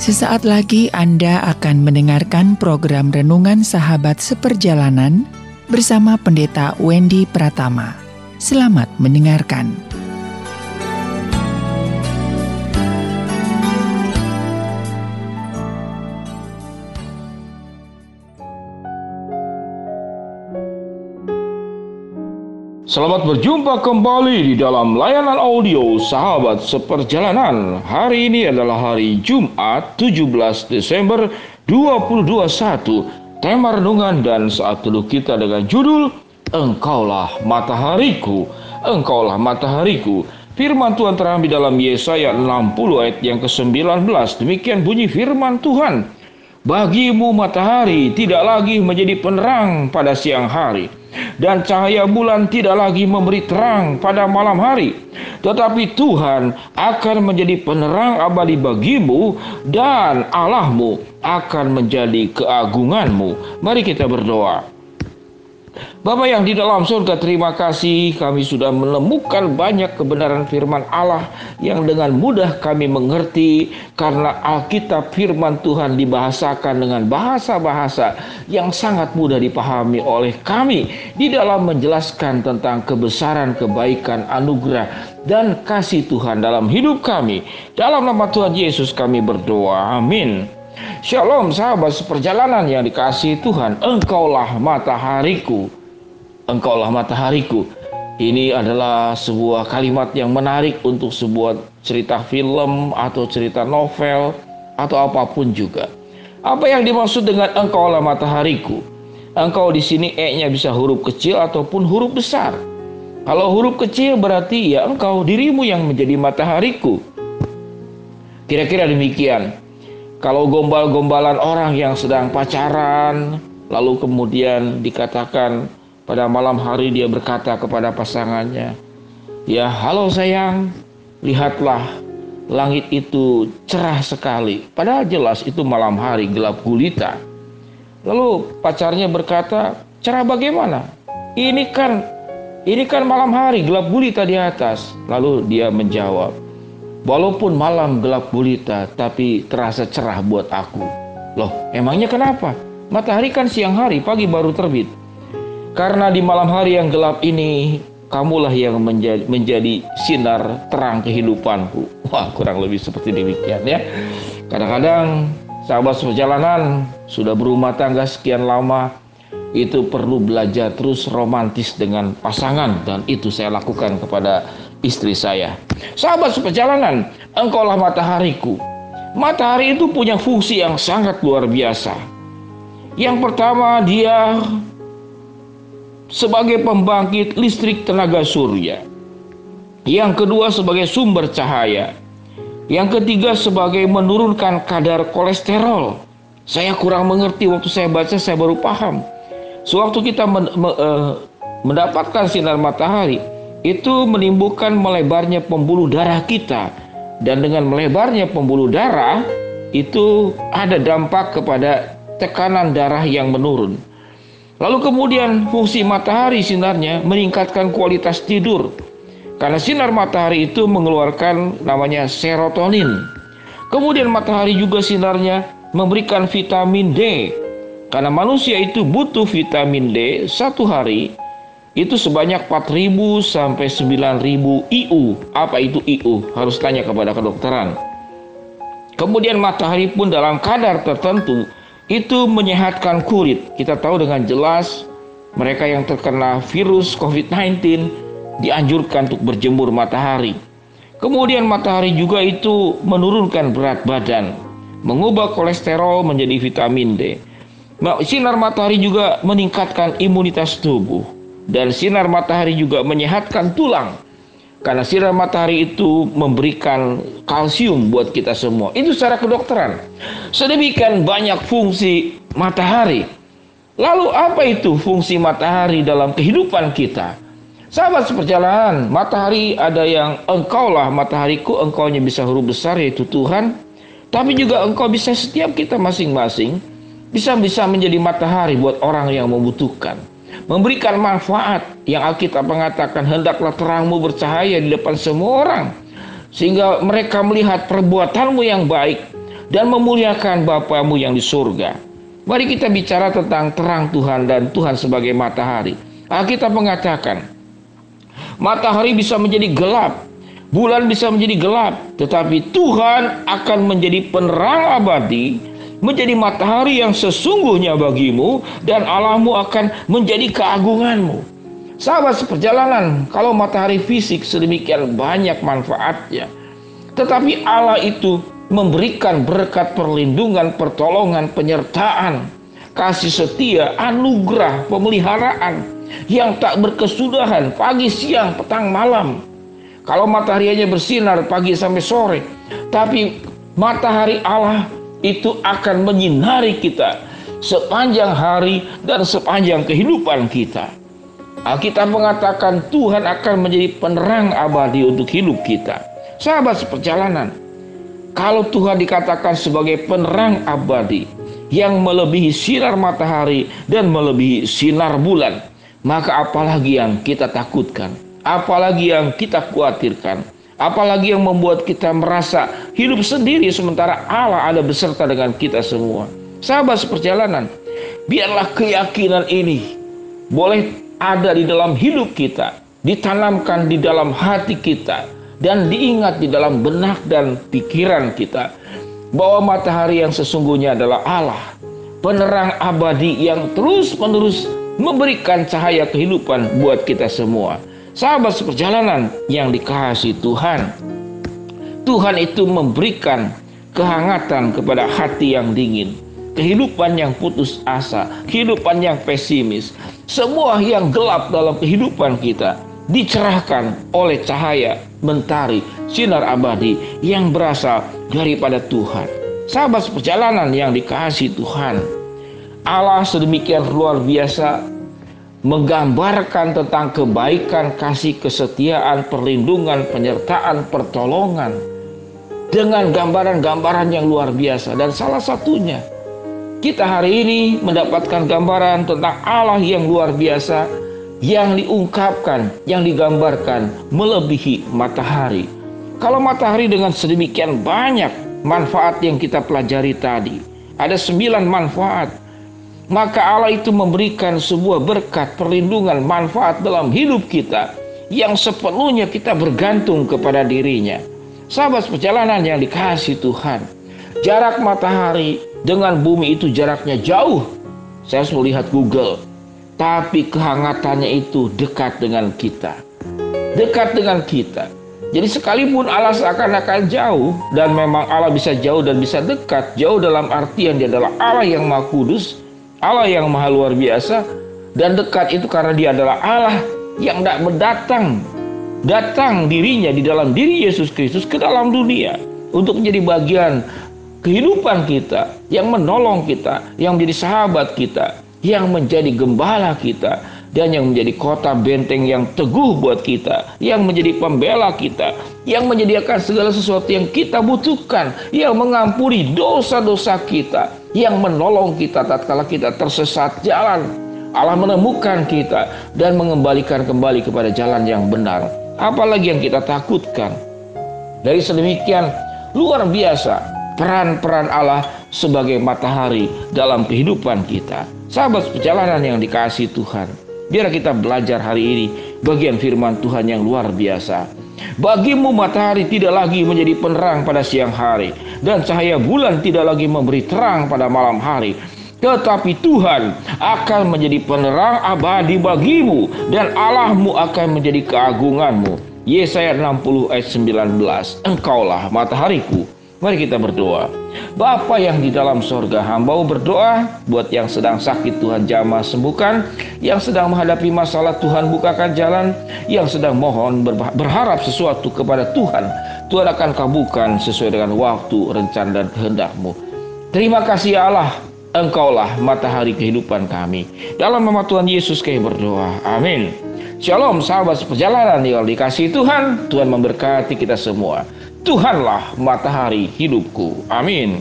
Sesaat lagi Anda akan mendengarkan program Renungan Sahabat Seperjalanan bersama Pendeta Wendy Pratama. Selamat mendengarkan. Selamat berjumpa kembali di dalam layanan audio Sahabat Seperjalanan. Hari ini adalah hari Jumat 17 Desember 2021. Tema renungan dan saat teduh kita dengan judul Engkaulah Matahariku, Engkaulah Matahariku. Firman Tuhan terambil dalam Yesaya 60 ayat yang ke-19. Demikian bunyi firman Tuhan. Bagimu matahari tidak lagi menjadi penerang pada siang hari, dan cahaya bulan tidak lagi memberi terang pada malam hari. Tetapi Tuhan akan menjadi penerang abadi bagimu, dan Allahmu akan menjadi keagunganmu. Mari kita berdoa. Bapa yang di dalam surga, terima kasih kami sudah menemukan banyak kebenaran firman Allah yang dengan mudah kami mengerti, karena Alkitab firman Tuhan dibahasakan dengan bahasa-bahasa yang sangat mudah dipahami oleh kami di dalam menjelaskan tentang kebesaran, kebaikan, anugerah, dan kasih Tuhan dalam hidup kami. Dalam nama Tuhan Yesus kami berdoa, amin. Shalom sahabat seperjalanan yang dikasihi Tuhan. Engkaulah matahariku, engkaulah matahariku. Ini adalah sebuah kalimat yang menarik untuk sebuah cerita film atau cerita novel atau apapun juga. Apa yang dimaksud dengan engkaulah matahariku? Engkau di sini E-nya bisa huruf kecil ataupun huruf besar. Kalau huruf kecil berarti ya engkau, dirimu yang menjadi matahariku. Kira-kira demikian. Kalau gombal-gombalan orang yang sedang pacaran, lalu kemudian dikatakan pada malam hari dia berkata kepada pasangannya, "Ya, halo sayang, lihatlah langit itu cerah sekali." Padahal jelas itu malam hari gelap gulita. Lalu pacarnya berkata, "Cerah bagaimana? Ini kan malam hari gelap gulita di atas." Lalu dia menjawab, "Walaupun malam gelap gulita, tapi terasa cerah buat aku." Loh, emangnya kenapa? Matahari kan siang hari, pagi baru terbit. Karena di malam hari yang gelap ini, kamulah yang menjadi sinar terang kehidupanku. Wah, kurang lebih seperti demikian ya. Kadang-kadang sahabat seperjalanan sudah berumah tangga sekian lama, itu perlu belajar terus romantis dengan pasangan, dan itu saya lakukan kepada istri saya. Sahabat seperjalanan, engkaulah matahariku. Matahari itu punya fungsi yang sangat luar biasa. Yang pertama, dia sebagai pembangkit listrik tenaga surya. Yang kedua, sebagai sumber cahaya. Yang ketiga, sebagai menurunkan kadar kolesterol. Saya kurang mengerti waktu saya baca, saya baru paham. Sewaktu kita mendapatkan sinar matahari, itu menimbulkan melebarnya pembuluh darah kita. Dan dengan melebarnya pembuluh darah, itu ada dampak kepada tekanan darah yang menurun. Lalu kemudian fungsi matahari sinarnya meningkatkan kualitas tidur. Karena sinar matahari itu mengeluarkan namanya serotonin. Kemudian matahari juga sinarnya memberikan vitamin D. Karena manusia itu butuh vitamin D satu hari itu sebanyak 4.000 sampai 9.000 IU. Apa itu IU? Harus tanya kepada kedokteran. Kemudian matahari pun dalam kadar tertentu itu menyehatkan kulit. Kita tahu dengan jelas mereka yang terkena virus COVID-19 dianjurkan untuk berjemur matahari. Kemudian matahari juga itu menurunkan berat badan, mengubah kolesterol menjadi vitamin D. Sinar matahari juga meningkatkan imunitas tubuh. Dan sinar matahari juga menyehatkan tulang. Karena sinar matahari itu memberikan kalsium buat kita semua. Itu secara kedokteran. Sedemikian banyak fungsi matahari. Lalu apa itu fungsi matahari dalam kehidupan kita? Sahabat seperjalanan, matahari ada yang engkaulah matahariku, engkaunya bisa huruf besar yaitu Tuhan. Tapi juga engkau bisa, setiap kita masing-masing bisa menjadi matahari buat orang yang membutuhkan. Memberikan manfaat yang Alkitab mengatakan hendaklah terangmu bercahaya di depan semua orang, sehingga mereka melihat perbuatanmu yang baik, dan memuliakan Bapamu yang di surga. Mari kita bicara tentang terang Tuhan dan Tuhan sebagai matahari. Alkitab mengatakan, matahari bisa menjadi gelap, bulan bisa menjadi gelap, tetapi Tuhan akan menjadi penerang abadi, menjadi matahari yang sesungguhnya bagimu, dan Allahmu akan menjadi keagunganmu. Sahabat seperjalanan, kalau matahari fisik sedemikian banyak manfaatnya, tetapi Allah itu memberikan berkat perlindungan, pertolongan, penyertaan, kasih setia, anugerah, pemeliharaan yang tak berkesudahan pagi, siang, petang, malam. Kalau matahari hanya bersinar pagi sampai sore, tapi matahari Allah itu akan menyinari kita sepanjang hari dan sepanjang kehidupan kita. Alkitab mengatakan Tuhan akan menjadi penerang abadi untuk hidup kita. Sahabat seperjalanan, kalau Tuhan dikatakan sebagai penerang abadi yang melebihi sinar matahari dan melebihi sinar bulan, maka apalagi yang kita takutkan, apalagi yang kita khawatirkan, apalagi yang membuat kita merasa hidup sendiri sementara Allah ada beserta dengan kita semua. Sahabat seperjalanan, biarlah keyakinan ini boleh ada di dalam hidup kita, ditanamkan di dalam hati kita, dan diingat di dalam benak dan pikiran kita, bahwa matahari yang sesungguhnya adalah Allah, penerang abadi yang terus-menerus memberikan cahaya kehidupan buat kita semua. Sahabat seperjalanan yang dikasihi Tuhan, Tuhan itu memberikan kehangatan kepada hati yang dingin, kehidupan yang putus asa, kehidupan yang pesimis, semua yang gelap dalam kehidupan kita dicerahkan oleh cahaya mentari sinar abadi yang berasal daripada Tuhan. Sahabat seperjalanan yang dikasihi Tuhan, Allah sedemikian luar biasa menggambarkan tentang kebaikan, kasih, kesetiaan, perlindungan, penyertaan, pertolongan dengan gambaran-gambaran yang luar biasa. Dan salah satunya, kita hari ini mendapatkan gambaran tentang Allah yang luar biasa yang diungkapkan, yang digambarkan melebihi matahari. Kalau matahari dengan sedemikian banyak manfaat yang kita pelajari tadi, ada 9 manfaat, maka Allah itu memberikan sebuah berkat, perlindungan, manfaat dalam hidup kita yang sepenuhnya kita bergantung kepada dirinya. Sahabat perjalanan yang dikasihi Tuhan, jarak matahari dengan bumi itu jaraknya jauh. Saya harus melihat Google, tapi kehangatannya itu dekat dengan kita, dekat dengan kita. Jadi sekalipun Allah seakan-akan jauh, dan memang Allah bisa jauh dan bisa dekat, jauh dalam artian Dia adalah Allah yang Maha Kudus, Allah yang Maha luar biasa, dan dekat itu karena Dia adalah Allah yang tidak datang dirinya di dalam diri Yesus Kristus ke dalam dunia untuk menjadi bagian kehidupan kita, yang menolong kita, yang menjadi sahabat kita, yang menjadi gembala kita, dan yang menjadi kota benteng yang teguh buat kita, yang menjadi pembela kita, yang menyediakan segala sesuatu yang kita butuhkan, yang mengampuni dosa-dosa kita, yang menolong kita tatkala kita tersesat jalan. Allah menemukan kita dan mengembalikan kembali kepada jalan yang benar. Apalagi yang kita takutkan. Dari sedemikian luar biasa peran-peran Allah sebagai matahari dalam kehidupan kita. Sahabat perjalanan yang dikasihi Tuhan, biar kita belajar hari ini bagian firman Tuhan yang luar biasa. Bagimu matahari tidak lagi menjadi penerang pada siang hari, dan cahaya bulan tidak lagi memberi terang pada malam hari. Tetapi Tuhan akan menjadi penerang abadi bagimu, dan Allahmu akan menjadi keagunganmu. Yesaya 60 ayat 19. Engkaulah matahariku. Mari kita berdoa. Bapa yang di dalam sorga, hamba-Mu berdoa buat yang sedang sakit, Tuhan jamah sembuhkan, yang sedang menghadapi masalah, Tuhan bukakan jalan, yang sedang mohon berharap sesuatu kepada Tuhan, Tuhan akan kabulkan sesuai dengan waktu, rencana dan kehendak-Mu. Terima kasih ya Allah, Engkaulah matahari kehidupan kami. Dalam nama Tuhan Yesus kami berdoa. Amin. Shalom sahabat seperjalanan yang dikasihi Tuhan. Tuhan memberkati kita semua. Tuhanlah matahari hidupku. Amin.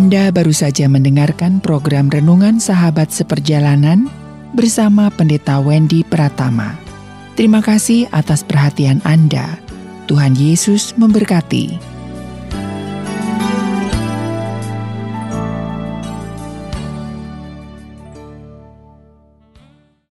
Anda baru saja mendengarkan program Renungan Sahabat Seperjalanan bersama Pendeta Wendy Pratama. Terima kasih atas perhatian Anda. Tuhan Yesus memberkati.